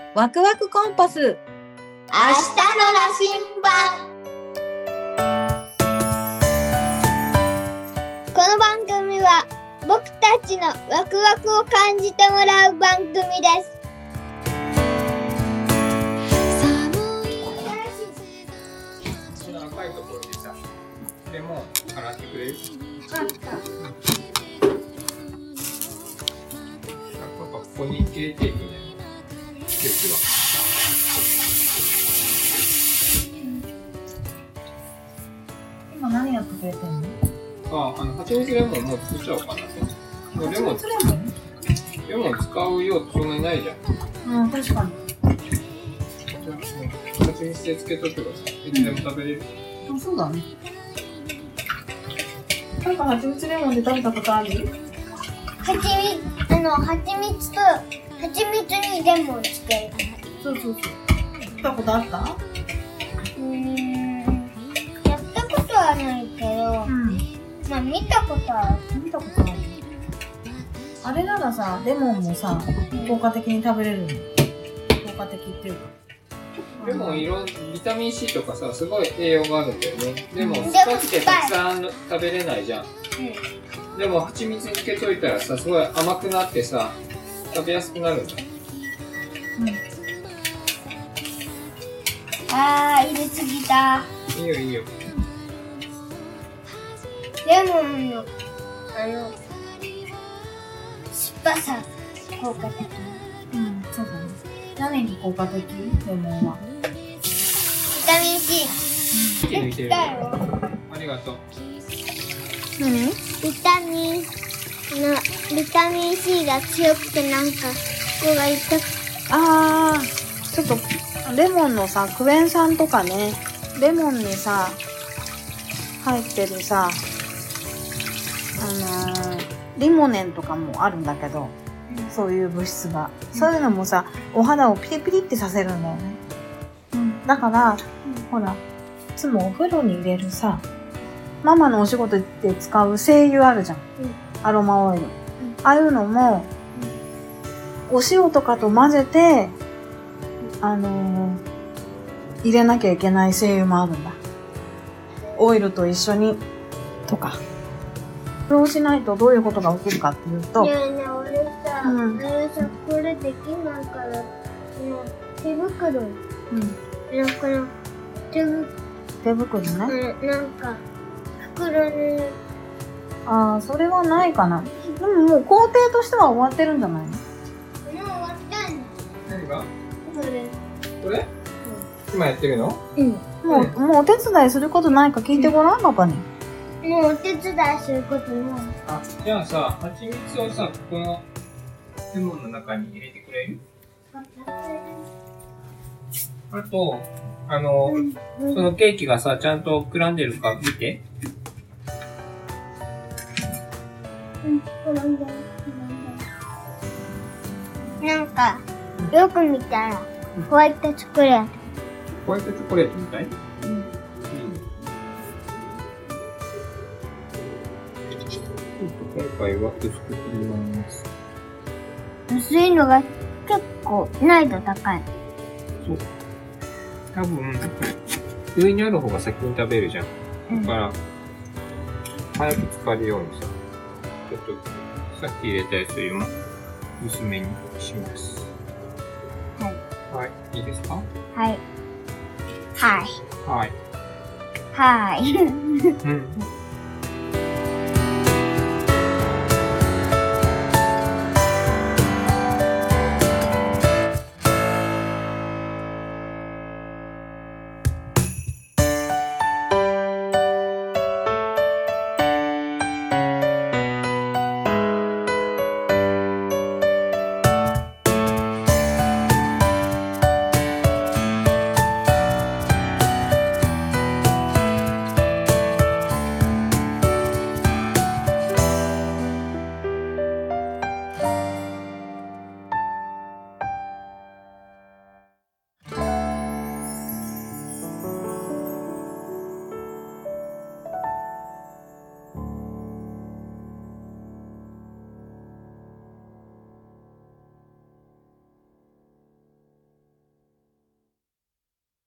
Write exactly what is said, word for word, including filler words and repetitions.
ワクワクコンパス、明日の羅針盤。 この番組は僕たちのワクワクを感じてもらう番組です。 この赤いところでさ、レモン洗ってくれる？ あった。 ここに入れていくね。鉄は。 今何やってくれてんの？ あ、あの蜂蜜レモンもう作っちゃおうかなと。もうレモン、レモン使う用途そんなにないじゃん。 うん、確かに。 蜂蜜でつけとけばさ、いつでも食べれる。 あ、そうだね。なんか蜂蜜レモンで食べたことある？ 蜂蜜、あの、蜂蜜と、蜂蜜にレモンつける。 そうそうそう。食べたことあった？ うーん、やったことはないけど、 うん。 まあ見たことある。 見たことある。あれならさ、レモンもさ、効果的に食べれるの。効果的っていうか。 レモンいろんビタミン C とかさ、すごい栄養があるんだよね。でも酸っぱくてたくさん食べれないじゃん。うん、でも蜂蜜につけといたらさ、すごい甘くなってさ、食べやすくなるんだ。 うん。 あー、入れすぎた。 いいよいいよ。 レモンの、あの、酸っぱさ、効果的。 うん、そうだね。何に効果的？レモンは。 ビタミン C。 抜いてるよ。ありがとう。 何？ビタミンの、ビタミン C が強くてなんか、ここが痛くて。 あー、ちょっと、レモンのさ、クエン酸とかね、レモンにさ、入ってるさ、あのー、リモネンとかもあるんだけど、そういう物質が。そういうのもさ、お肌をピリピリってさせるんだよね。うん。だから、うん、ほら、いつもお風呂に入れるさ、ママのお仕事で使う精油あるじゃん。うん、アロマオイル。うん、ああいうのも、うん、お塩とかと混ぜて、あのー、入れなきゃいけない精油もあるんだ。オイルと一緒に、とか。そうしないとどういうことが起きるかっていうと、 ねえねえ、俺さ、うん、俺さ、これできないから、手袋、うん、なんかな、手袋、 手袋ね、 うん、なんか、袋に、 ああ、それはないかな。でももう工程としては終わってるんじゃないの？もう終わったんだ。 何が？ これ。 これ？うん、今やってるの？ うん。 もう、もうお手伝いすることないか聞いてごらん、うん、パパに。 もうお手伝いすることない。 あ、じゃあさ、蜂蜜をさ、ここのレモンの中に入れてくれる？あと、あの、うんうん、そのケーキがさ、ちゃんと膨らんでるか見て。 うん、膨らんでる、膨らんでる。なんか、よく見たら、ホワイトチョコレート。 ホワイトチョコレートみたい？うん。今回は薄く切ります。 薄いのが結構難易度高い。 そう。多分、上にある方が先に食べるじゃん。だから、うん、早く浸かるようにさ、ちょっと、さっき入れたやつよりも薄めにします。 はい。 はい。いいですか？ はい。はい。 はい。 はい。 うん。